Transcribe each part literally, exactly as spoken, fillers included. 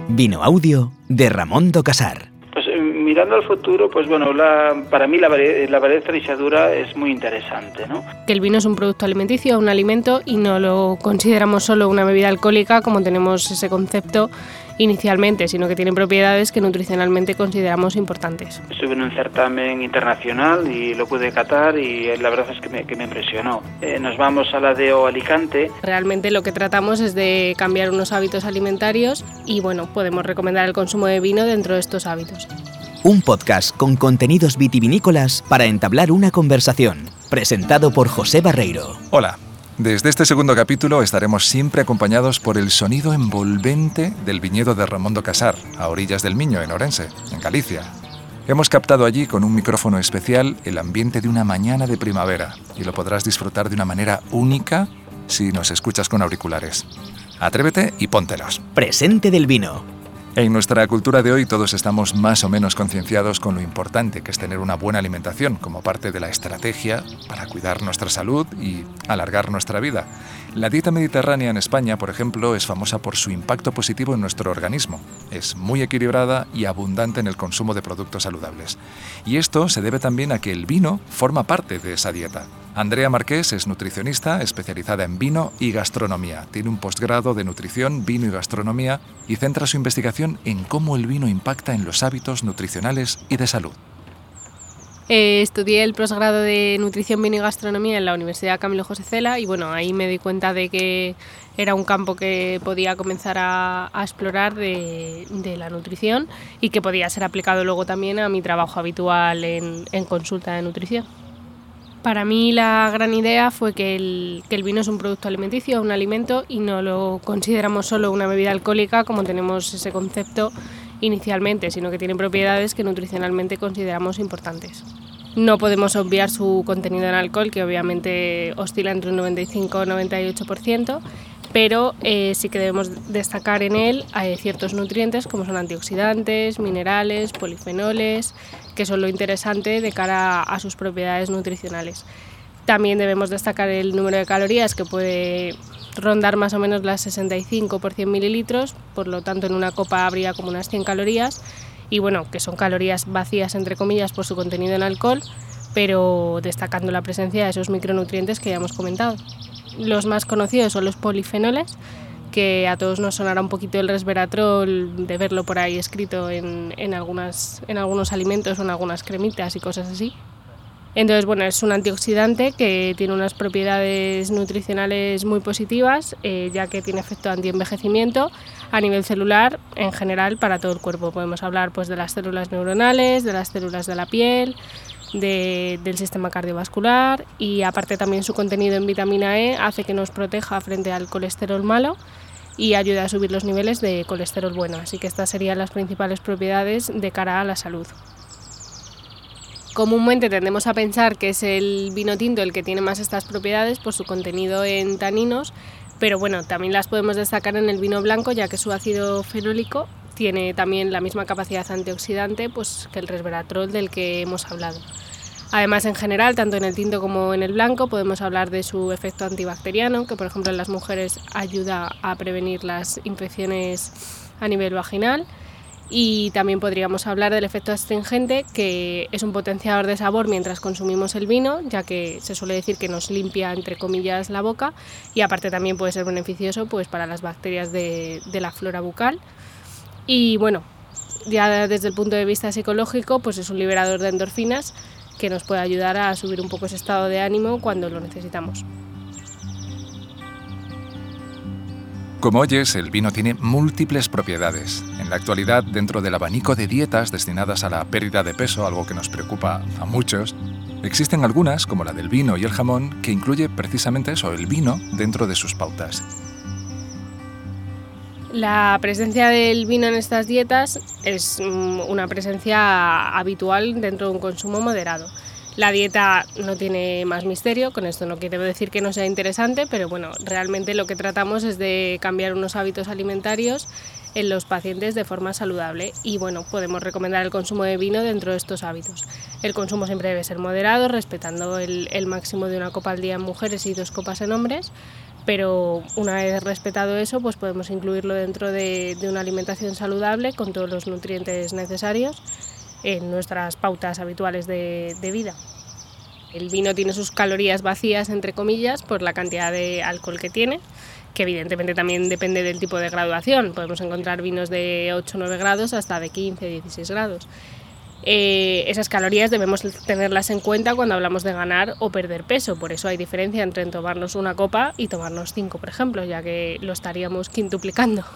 Vino Audio de Ramón do Casar. Pues mirando al futuro, pues bueno, la, para mí la variedad, la variedad freixadura es muy interesante, ¿no? Que el vino es un producto alimenticio, un alimento, y no lo consideramos solo una bebida alcohólica como tenemos ese concepto inicialmente, sino que tiene propiedades que nutricionalmente consideramos importantes. Estuve en un certamen internacional y lo pude catar y la verdad es que me, que me impresionó. Eh, nos vamos a la Deo Alicante. Realmente lo que tratamos es de cambiar unos hábitos alimentarios y bueno, podemos recomendar el consumo de vino dentro de estos hábitos. Un podcast con contenidos vitivinícolas para entablar una conversación, presentado por José Barreiro. Hola. Desde este segundo capítulo estaremos siempre acompañados por el sonido envolvente del viñedo de Ramón do Casar, a orillas del Miño, en Ourense, en Galicia. Hemos captado allí con un micrófono especial el ambiente de una mañana de primavera y lo podrás disfrutar de una manera única si nos escuchas con auriculares. Atrévete y póntelos. Presente del vino. En nuestra cultura de hoy todos estamos más o menos concienciados con lo importante que es tener una buena alimentación como parte de la estrategia para cuidar nuestra salud y alargar nuestra vida. La dieta mediterránea en España, por ejemplo, es famosa por su impacto positivo en nuestro organismo. Es muy equilibrada y abundante en el consumo de productos saludables. Y esto se debe también a que el vino forma parte de esa dieta. Andrea Marqués es nutricionista especializada en vino y gastronomía. Tiene un posgrado de nutrición, vino y gastronomía y centra su investigación en cómo el vino impacta en los hábitos nutricionales y de salud. Eh, estudié el posgrado de nutrición, vino y gastronomía en la Universidad Camilo José Cela y bueno, ahí me di cuenta de que era un campo que podía comenzar a, a explorar de, de la nutrición y que podía ser aplicado luego también a mi trabajo habitual en, en consulta de nutrición. Para mí la gran idea fue que el, que el vino es un producto alimenticio, un alimento, y no lo consideramos solo una bebida alcohólica como tenemos ese concepto inicialmente, sino que tiene propiedades que nutricionalmente consideramos importantes. No podemos obviar su contenido en alcohol, que obviamente oscila entre un noventa y cinco y noventa y ocho por ciento, pero eh, sí que debemos destacar en él eh, ciertos nutrientes como son antioxidantes, minerales, polifenoles, que son lo interesante de cara a sus propiedades nutricionales. También debemos destacar el número de calorías, que puede rondar más o menos las sesenta y cinco por cien mililitros, por lo tanto en una copa habría como unas cien calorías, y bueno, que son calorías vacías entre comillas por su contenido en alcohol, pero destacando la presencia de esos micronutrientes que ya hemos comentado. Los más conocidos son los polifenoles, que a todos nos sonará un poquito el resveratrol de verlo por ahí escrito en, en, algunas, en algunos alimentos o en algunas cremitas y cosas así. Entonces, bueno, es un antioxidante que tiene unas propiedades nutricionales muy positivas, eh, ya que tiene efecto antienvejecimiento a nivel celular en general para todo el cuerpo. Podemos hablar pues, de las células neuronales, de las células de la piel, de, del sistema cardiovascular, y aparte también su contenido en vitamina E hace que nos proteja frente al colesterol malo y ayuda a subir los niveles de colesterol bueno. Así que estas serían las principales propiedades de cara a la salud. Comúnmente tendemos a pensar que es el vino tinto el que tiene más estas propiedades por su contenido en taninos, pero bueno, también las podemos destacar en el vino blanco, ya que su ácido fenólico tiene también la misma capacidad antioxidante pues, que el resveratrol del que hemos hablado. Además, en general, tanto en el tinto como en el blanco, podemos hablar de su efecto antibacteriano, que por ejemplo en las mujeres ayuda a prevenir las infecciones a nivel vaginal. Y también podríamos hablar del efecto astringente, que es un potenciador de sabor mientras consumimos el vino, ya que se suele decir que nos limpia, entre comillas, la boca, y aparte también puede ser beneficioso pues, para las bacterias de, de la flora bucal. Y bueno, ya desde el punto de vista psicológico, pues es un liberador de endorfinas que nos puede ayudar a subir un poco ese estado de ánimo cuando lo necesitamos. Como oyes, el vino tiene múltiples propiedades. En la actualidad, dentro del abanico de dietas destinadas a la pérdida de peso, algo que nos preocupa a muchos, existen algunas, como la del vino y el jamón, que incluye precisamente eso, el vino, dentro de sus pautas. La presencia del vino en estas dietas es una presencia habitual dentro de un consumo moderado. La dieta no tiene más misterio, con esto no quiero decir que no sea interesante, pero bueno, realmente lo que tratamos es de cambiar unos hábitos alimentarios en los pacientes de forma saludable y bueno, podemos recomendar el consumo de vino dentro de estos hábitos. El consumo siempre debe ser moderado, respetando el, el máximo de una copa al día en mujeres y dos copas en hombres, Pero una vez respetado eso, pues podemos incluirlo dentro de, de una alimentación saludable con todos los nutrientes necesarios en nuestras pautas habituales de, de vida. El vino tiene sus calorías vacías, entre comillas, por la cantidad de alcohol que tiene, que evidentemente también depende del tipo de graduación. Podemos encontrar vinos de ocho o nueve grados hasta de quince o dieciséis grados. Eh, esas calorías debemos tenerlas en cuenta cuando hablamos de ganar o perder peso, por eso hay diferencia entre tomarnos una copa y tomarnos cinco, por ejemplo, ya que lo estaríamos quintuplicando.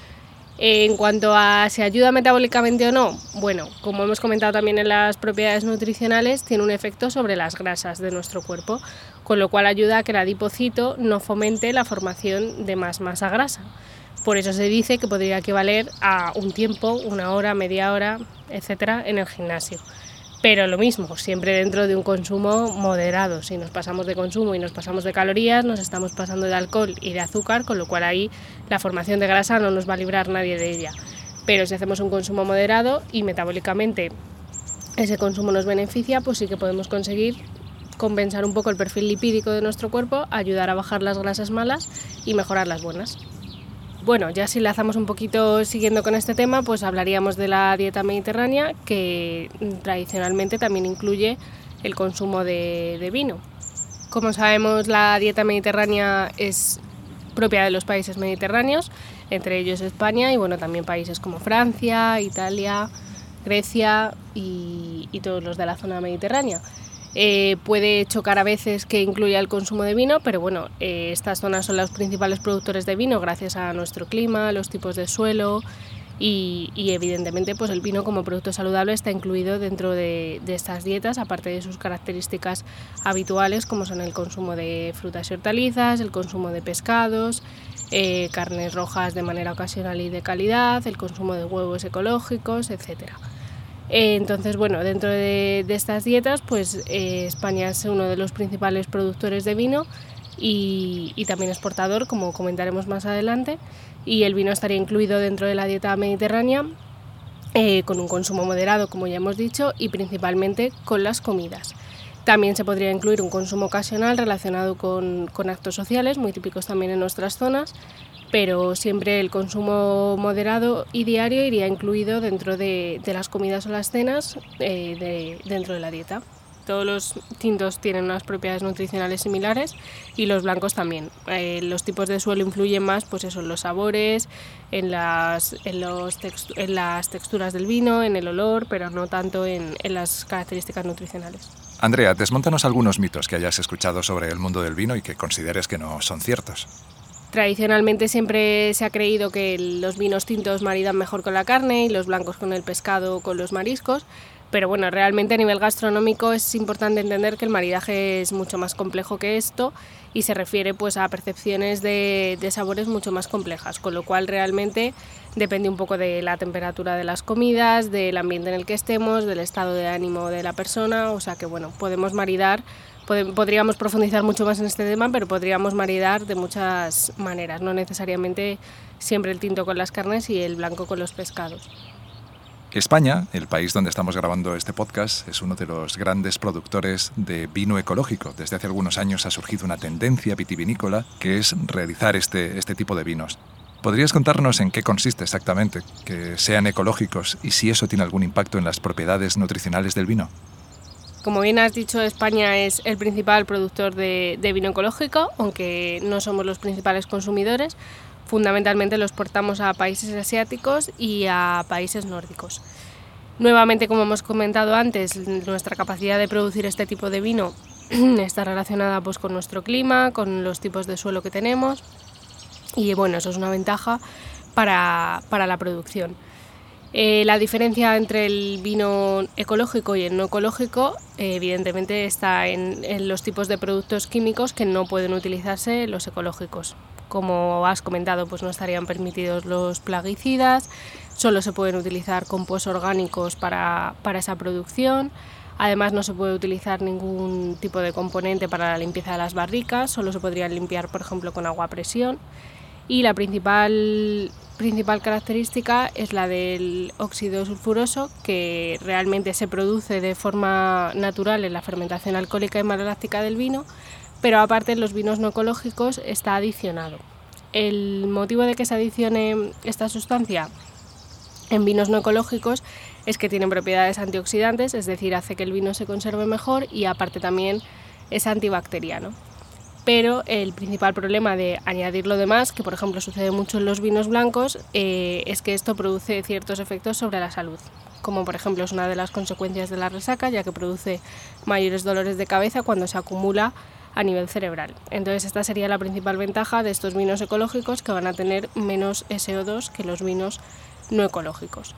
Eh, en cuanto a si ayuda metabólicamente o no, bueno, como hemos comentado también en las propiedades nutricionales, tiene un efecto sobre las grasas de nuestro cuerpo, con lo cual ayuda a que el adipocito no fomente la formación de más masa grasa. Por eso se dice que podría equivaler a un tiempo, una hora, media hora, etcétera, en el gimnasio. Pero lo mismo, siempre dentro de un consumo moderado. Si nos pasamos de consumo y nos pasamos de calorías, nos estamos pasando de alcohol y de azúcar, con lo cual ahí la formación de grasa no nos va a librar nadie de ella. Pero si hacemos un consumo moderado y metabólicamente ese consumo nos beneficia, pues sí que podemos conseguir compensar un poco el perfil lipídico de nuestro cuerpo, ayudar a bajar las grasas malas y mejorar las buenas. Bueno, ya si lanzamos un poquito siguiendo con este tema, pues hablaríamos de la dieta mediterránea, que tradicionalmente también incluye el consumo de, de vino. Como sabemos, la dieta mediterránea es propia de los países mediterráneos, entre ellos España y bueno, también países como Francia, Italia, Grecia y, y todos los de la zona mediterránea. Eh, puede chocar a veces que incluya el consumo de vino, pero bueno, eh, estas zonas son los principales productores de vino gracias a nuestro clima, los tipos de suelo y, y evidentemente pues el vino como producto saludable está incluido dentro de, de estas dietas, aparte de sus características habituales como son el consumo de frutas y hortalizas, el consumo de pescados, eh, carnes rojas de manera ocasional y de calidad, el consumo de huevos ecológicos, etcétera. Entonces, bueno, dentro de, de estas dietas, pues eh, España es uno de los principales productores de vino y, y también exportador, como comentaremos más adelante, y el vino estaría incluido dentro de la dieta mediterránea eh, con un consumo moderado, como ya hemos dicho, y principalmente con las comidas. También se podría incluir un consumo ocasional relacionado con, con actos sociales, muy típicos también en nuestras zonas, pero siempre el consumo moderado y diario iría incluido dentro de, de las comidas o las cenas eh, de, dentro de la dieta. Todos los tintos tienen unas propiedades nutricionales similares y los blancos también. Eh, los tipos de suelo influyen más pues eso, en los sabores, en las, en, los textu- en las texturas del vino, en el olor, pero no tanto en, en las características nutricionales. Andrea, desmóntanos algunos mitos que hayas escuchado sobre el mundo del vino y que consideres que no son ciertos. Tradicionalmente siempre se ha creído que los vinos tintos maridan mejor con la carne y los blancos con el pescado o con los mariscos, pero bueno, realmente a nivel gastronómico es importante entender que el maridaje es mucho más complejo que esto y se refiere pues a percepciones de, de sabores mucho más complejas, con lo cual realmente depende un poco de la temperatura de las comidas, del ambiente en el que estemos, del estado de ánimo de la persona, o sea que bueno, podemos maridar. Podríamos profundizar mucho más en este tema, pero podríamos maridar de muchas maneras, no necesariamente siempre el tinto con las carnes y el blanco con los pescados. España, el país donde estamos grabando este podcast, es uno de los grandes productores de vino ecológico. Desde hace algunos años ha surgido una tendencia vitivinícola que es realizar este, este tipo de vinos. ¿Podrías contarnos en qué consiste exactamente que sean ecológicos y si eso tiene algún impacto en las propiedades nutricionales del vino? Como bien has dicho, España es el principal productor de, de vino ecológico, aunque no somos los principales consumidores. Fundamentalmente lo exportamos a países asiáticos y a países nórdicos. Nuevamente, como hemos comentado antes, nuestra capacidad de producir este tipo de vino está relacionada pues, con nuestro clima, con los tipos de suelo que tenemos y bueno, eso es una ventaja para, para la producción. Eh, la diferencia entre el vino ecológico y el no ecológico eh, evidentemente está en, en los tipos de productos químicos que no pueden utilizarse los ecológicos. Como has comentado, pues no estarían permitidos los plaguicidas, solo se pueden utilizar compuestos orgánicos para, para esa producción. Además no se puede utilizar ningún tipo de componente para la limpieza de las barricas, solo se podrían limpiar por ejemplo con agua a presión. Y la principal, principal característica es la del óxido sulfuroso, que realmente se produce de forma natural en la fermentación alcohólica y maloláctica del vino, pero aparte en los vinos no ecológicos está adicionado. El motivo de que se adicione esta sustancia en vinos no ecológicos es que tienen propiedades antioxidantes, es decir, hace que el vino se conserve mejor y aparte también es antibacteriano. Pero el principal problema de añadir lo demás, que por ejemplo sucede mucho en los vinos blancos, eh, es que esto produce ciertos efectos sobre la salud, como por ejemplo es una de las consecuencias de la resaca, ya que produce mayores dolores de cabeza cuando se acumula a nivel cerebral. Entonces esta sería la principal ventaja de estos vinos ecológicos, que van a tener menos ese o dos que los vinos no ecológicos.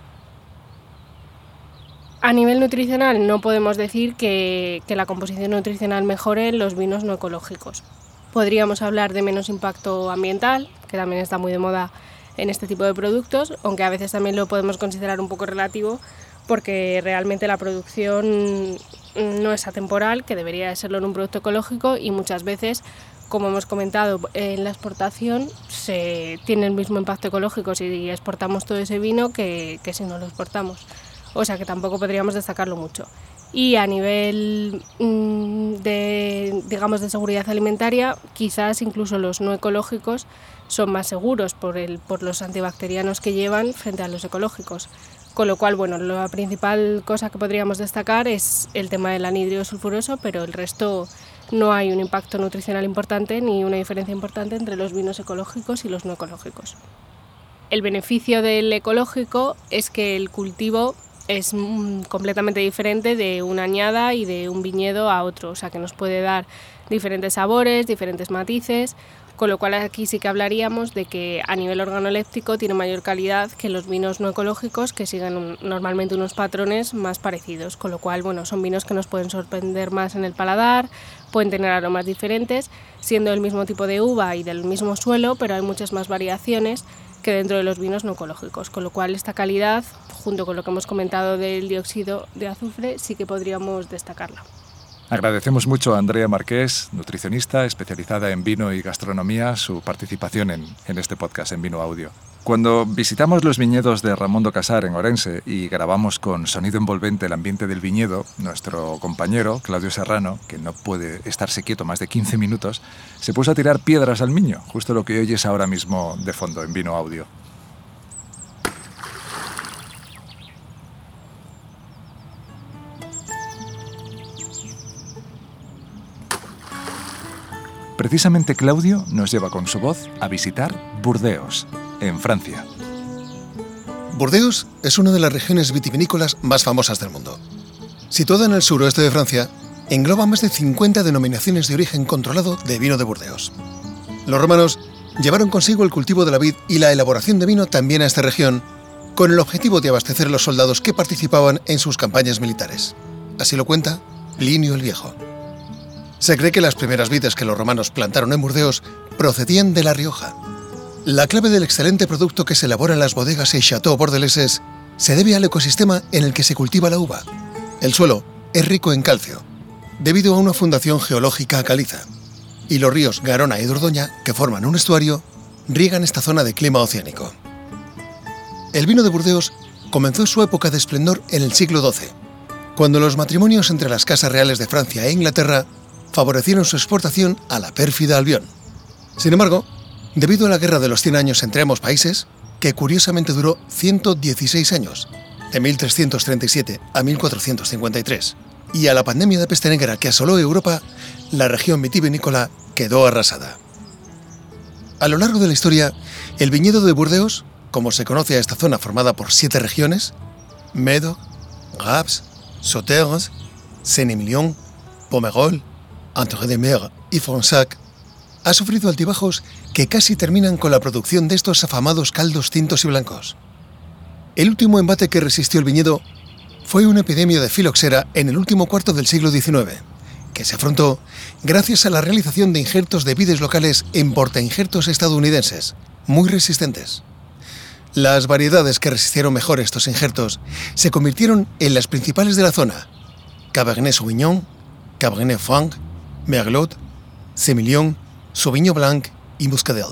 A nivel nutricional no podemos decir que, que la composición nutricional mejore en los vinos no ecológicos. Podríamos hablar de menos impacto ambiental, que también está muy de moda en este tipo de productos, aunque a veces también lo podemos considerar un poco relativo, porque realmente la producción no es atemporal, que debería de serlo en un producto ecológico, y muchas veces, como hemos comentado, en la exportación se tiene el mismo impacto ecológico si exportamos todo ese vino que, que si no lo exportamos. O sea que tampoco podríamos destacarlo mucho. Y a nivel mmm, de, digamos, de seguridad alimentaria, quizás incluso los no ecológicos son más seguros por, el, por los antibacterianos que llevan frente a los ecológicos. Con lo cual, bueno, la principal cosa que podríamos destacar es el tema del anhídrido sulfuroso, pero el resto no hay un impacto nutricional importante ni una diferencia importante entre los vinos ecológicos y los no ecológicos. El beneficio del ecológico es que el cultivo es completamente diferente de una añada y de un viñedo a otro, o sea que nos puede dar diferentes sabores, diferentes matices, con lo cual aquí sí que hablaríamos de que a nivel organoléptico tiene mayor calidad que los vinos no ecológicos, que siguen un, normalmente unos patrones más parecidos, con lo cual bueno, son vinos que nos pueden sorprender más en el paladar, pueden tener aromas diferentes, siendo el mismo tipo de uva y del mismo suelo, pero hay muchas más variaciones que dentro de los vinos no ecológicos, con lo cual esta calidad, junto con lo que hemos comentado del dióxido de azufre, sí que podríamos destacarla. Agradecemos mucho a Andrea Marqués, nutricionista especializada en vino y gastronomía, su participación en, en este podcast en Vino Audio. Cuando visitamos los viñedos de Ramón do Casar en Orense y grabamos con sonido envolvente el ambiente del viñedo, nuestro compañero, Claudio Serrano, que no puede estarse quieto más de quince minutos, se puso a tirar piedras al miño, justo lo que oyes ahora mismo de fondo en Vino Audio. Precisamente Claudio nos lleva con su voz a visitar Burdeos, en Francia. Burdeos es una de las regiones vitivinícolas más famosas del mundo. Situada en el suroeste de Francia, engloba más de cincuenta denominaciones de origen controlado de vino de Burdeos. Los romanos llevaron consigo el cultivo de la vid y la elaboración de vino también a esta región, con el objetivo de abastecer a los soldados que participaban en sus campañas militares. Así lo cuenta Plinio el Viejo. Se cree que las primeras vides que los romanos plantaron en Burdeos procedían de La Rioja. La clave del excelente producto que se elabora en las bodegas y chateaux bordeleses se debe al ecosistema en el que se cultiva la uva. El suelo es rico en calcio, debido a una fundación geológica caliza, y los ríos Garona y Dordoña, que forman un estuario, riegan esta zona de clima oceánico. El vino de Burdeos comenzó su época de esplendor en el siglo doce, cuando los matrimonios entre las casas reales de Francia e Inglaterra favorecieron su exportación a la pérfida Albión. Sin embargo, debido a la Guerra de los Cien Años entre ambos países, que curiosamente duró ciento dieciséis años, de mil trescientos treinta y siete a mil cuatrocientos cincuenta y tres, y a la pandemia de peste negra que asoló Europa, la región vitivinícola quedó arrasada. A lo largo de la historia, el viñedo de Burdeos, como se conoce a esta zona formada por siete regiones, Médoc, Graves, Sauternes, Saint-Émilion, Pomerol, Entre-deux-Mers y Fronsac, ha sufrido altibajos que casi terminan con la producción de estos afamados caldos tintos y blancos. El último embate que resistió el viñedo fue una epidemia de filoxera en el último cuarto del siglo diecinueve, que se afrontó gracias a la realización de injertos de vides locales en portainjertos estadounidenses, muy resistentes. Las variedades que resistieron mejor estos injertos se convirtieron en las principales de la zona: Cabernet Sauvignon, Cabernet Franc, Merlot, Semillon, Sauvignon Blanc y Muscadel.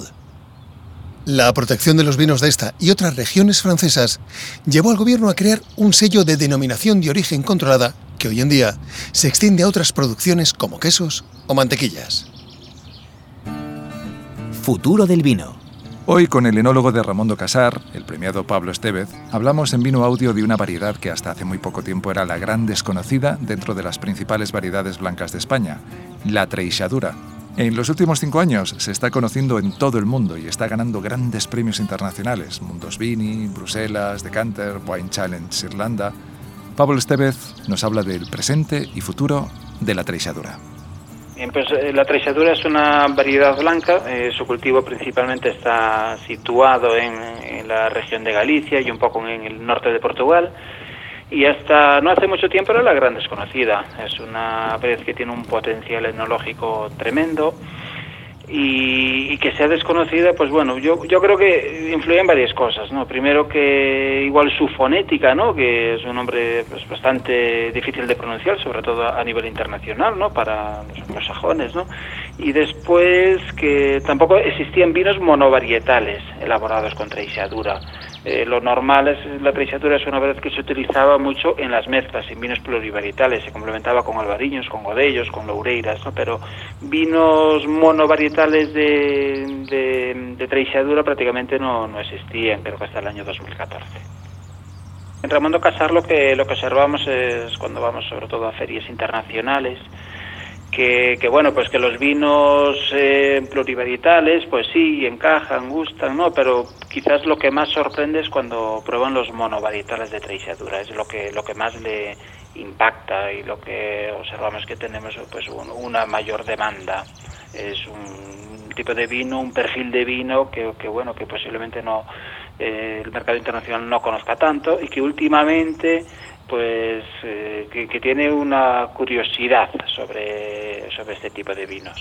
La protección de los vinos de esta y otras regiones francesas llevó al gobierno a crear un sello de denominación de origen controlada que hoy en día se extiende a otras producciones como quesos o mantequillas. Futuro del vino. Hoy, con el enólogo de Ramón do Casar, el premiado Pablo Estévez, hablamos en Vino Audio de una variedad que hasta hace muy poco tiempo era la gran desconocida dentro de las principales variedades blancas de España, la Treixadura. En los últimos cinco años se está conociendo en todo el mundo y está ganando grandes premios internacionales, Mundus Vini, Bruselas, Decanter, Wine Challenge Irlanda. Pablo Estévez nos habla del presente y futuro de la Treixadura. Bien, pues la Treixadura es una variedad blanca, eh, su cultivo principalmente está situado en, en la región de Galicia y un poco en el norte de Portugal, y hasta no hace mucho tiempo era la gran desconocida. Es una variedad que tiene un potencial enológico tremendo y, y que sea desconocida, pues bueno, yo yo creo que influyen varias cosas, ¿no? Primero que igual su fonética, ¿no? Que es un nombre pues bastante difícil de pronunciar, sobre todo a nivel internacional, ¿no? Para los, los sajones, ¿no? Y después que tampoco existían vinos monovarietales elaborados con Treixadura. Eh, lo normal es, la Treixadura es una variedad que se utilizaba mucho en las mezclas, en vinos plurivarietales, se complementaba con albariños, con godellos, con loureiras, ¿no? Pero vinos monovarietales de, de, de Treixadura prácticamente no, no existían, creo que hasta el año dos mil catorce. En Ramón do Casar lo que, lo que observamos es, cuando vamos sobre todo a ferias internacionales, Que, que bueno, pues que los vinos eh, plurivarietales, pues sí, encajan, gustan, ¿no? Pero quizás lo que más sorprende es cuando prueban los monovarietales de Treixadura, es lo que lo que más le impacta y lo que observamos que tenemos pues un, una mayor demanda. Es un tipo de vino, un perfil de vino que, que bueno, que posiblemente no eh, el mercado internacional no conozca tanto y que últimamente pues eh, que, que tiene una curiosidad sobre, sobre este tipo de vinos.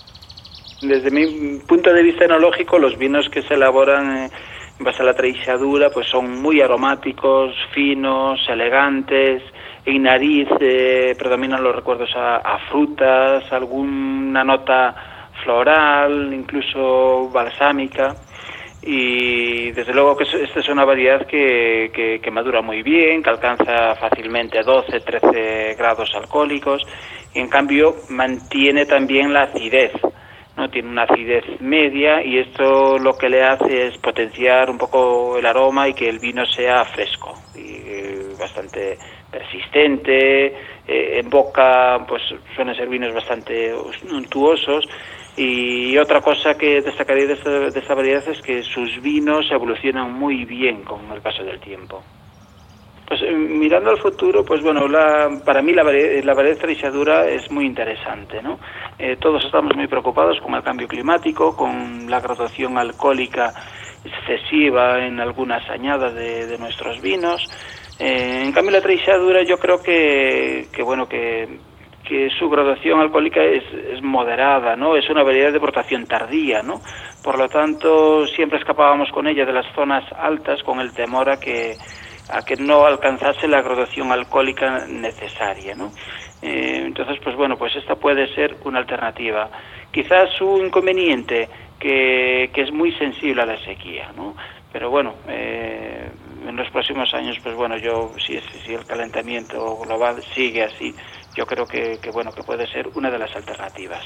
Desde mi punto de vista enológico, los vinos que se elaboran en base a la Treixadura pues son muy aromáticos, finos, elegantes. En nariz eh, predominan los recuerdos a, a frutas, alguna nota floral, incluso balsámica. Y desde luego que esta es una variedad que, que, que madura muy bien, que alcanza fácilmente doce, trece grados alcohólicos y en cambio mantiene también la acidez, ¿no? Tiene una acidez media y esto lo que le hace es potenciar un poco el aroma y que el vino sea fresco y eh, bastante persistente, eh, en boca pues suelen ser vinos bastante untuosos. Y otra cosa que destacaría de esta, de esta variedad es que sus vinos evolucionan muy bien con el paso del tiempo. Pues mirando al futuro, pues bueno, la, para mí la variedad, la variedad Treixadura es muy interesante, ¿no? Eh, todos estamos muy preocupados con el cambio climático, con la graduación alcohólica excesiva en algunas añadas de, de nuestros vinos. Eh, en cambio la Treixadura yo creo que, que bueno, que... que su graduación alcohólica es, es moderada, ¿no? Es una variedad de brotación tardía, ¿no? Por lo tanto, siempre escapábamos con ella de las zonas altas con el temor a que a que no alcanzase la graduación alcohólica necesaria, ¿no? Eh, entonces, pues bueno, pues esta puede ser una alternativa. Quizás su inconveniente, que, que es muy sensible a la sequía, ¿no? Pero bueno, eh, en los próximos años, pues bueno, yo si, si el calentamiento global sigue así, yo creo que, que bueno que puede ser una de las alternativas.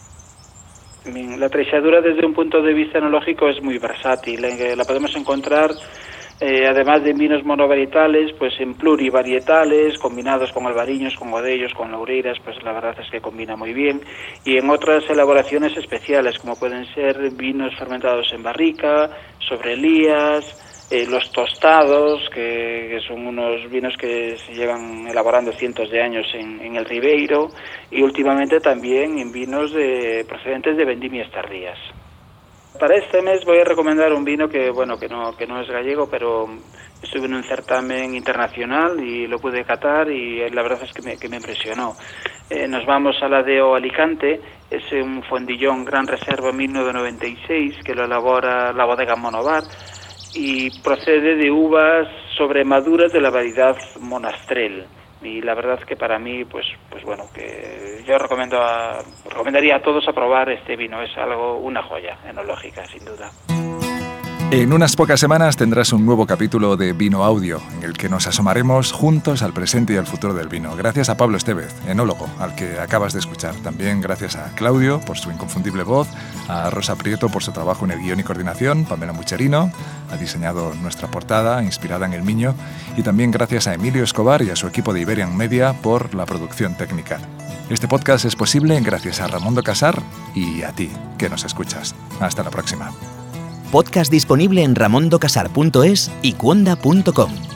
La Treixadura desde un punto de vista enológico es muy versátil, ¿eh? La podemos encontrar eh, además de vinos monovarietales, pues en plurivarietales, combinados con albariños, con godellos, con loureiras, pues la verdad es que combina muy bien, y en otras elaboraciones especiales, como pueden ser vinos fermentados en barrica, sobre lías, Eh, los tostados, que, que son unos vinos que se llevan elaborando cientos de años en, en el Ribeiro, y últimamente también en vinos de, procedentes de vendimias tardías. Para este mes voy a recomendar un vino que bueno que no que no es gallego, pero estuve en un certamen internacional y lo pude catar y la verdad es que me, que me impresionó. Eh, nos vamos a la D O Alicante, es un Fondillón Gran Reserva mil novecientos noventa y seis que lo elabora la bodega Monobar, y procede de uvas sobremaduras de la variedad Monastrell, y la verdad es que para mí pues pues bueno que yo recomiendo a, recomendaría a todos a probar este vino, es algo una joya enológica sin duda. En unas pocas semanas tendrás un nuevo capítulo de Vino Audio, en el que nos asomaremos juntos al presente y al futuro del vino. Gracias a Pablo Estevez, enólogo, al que acabas de escuchar. También gracias a Claudio por su inconfundible voz, a Rosa Prieto por su trabajo en el guión y coordinación, Pamela Mucherino ha diseñado nuestra portada, inspirada en el Miño, y también gracias a Emilio Escobar y a su equipo de Iberian Media por la producción técnica. Este podcast es posible gracias a Ramondo Casar y a ti, que nos escuchas. Hasta la próxima. Podcast disponible en ramondocasar punto es y cuonda punto com.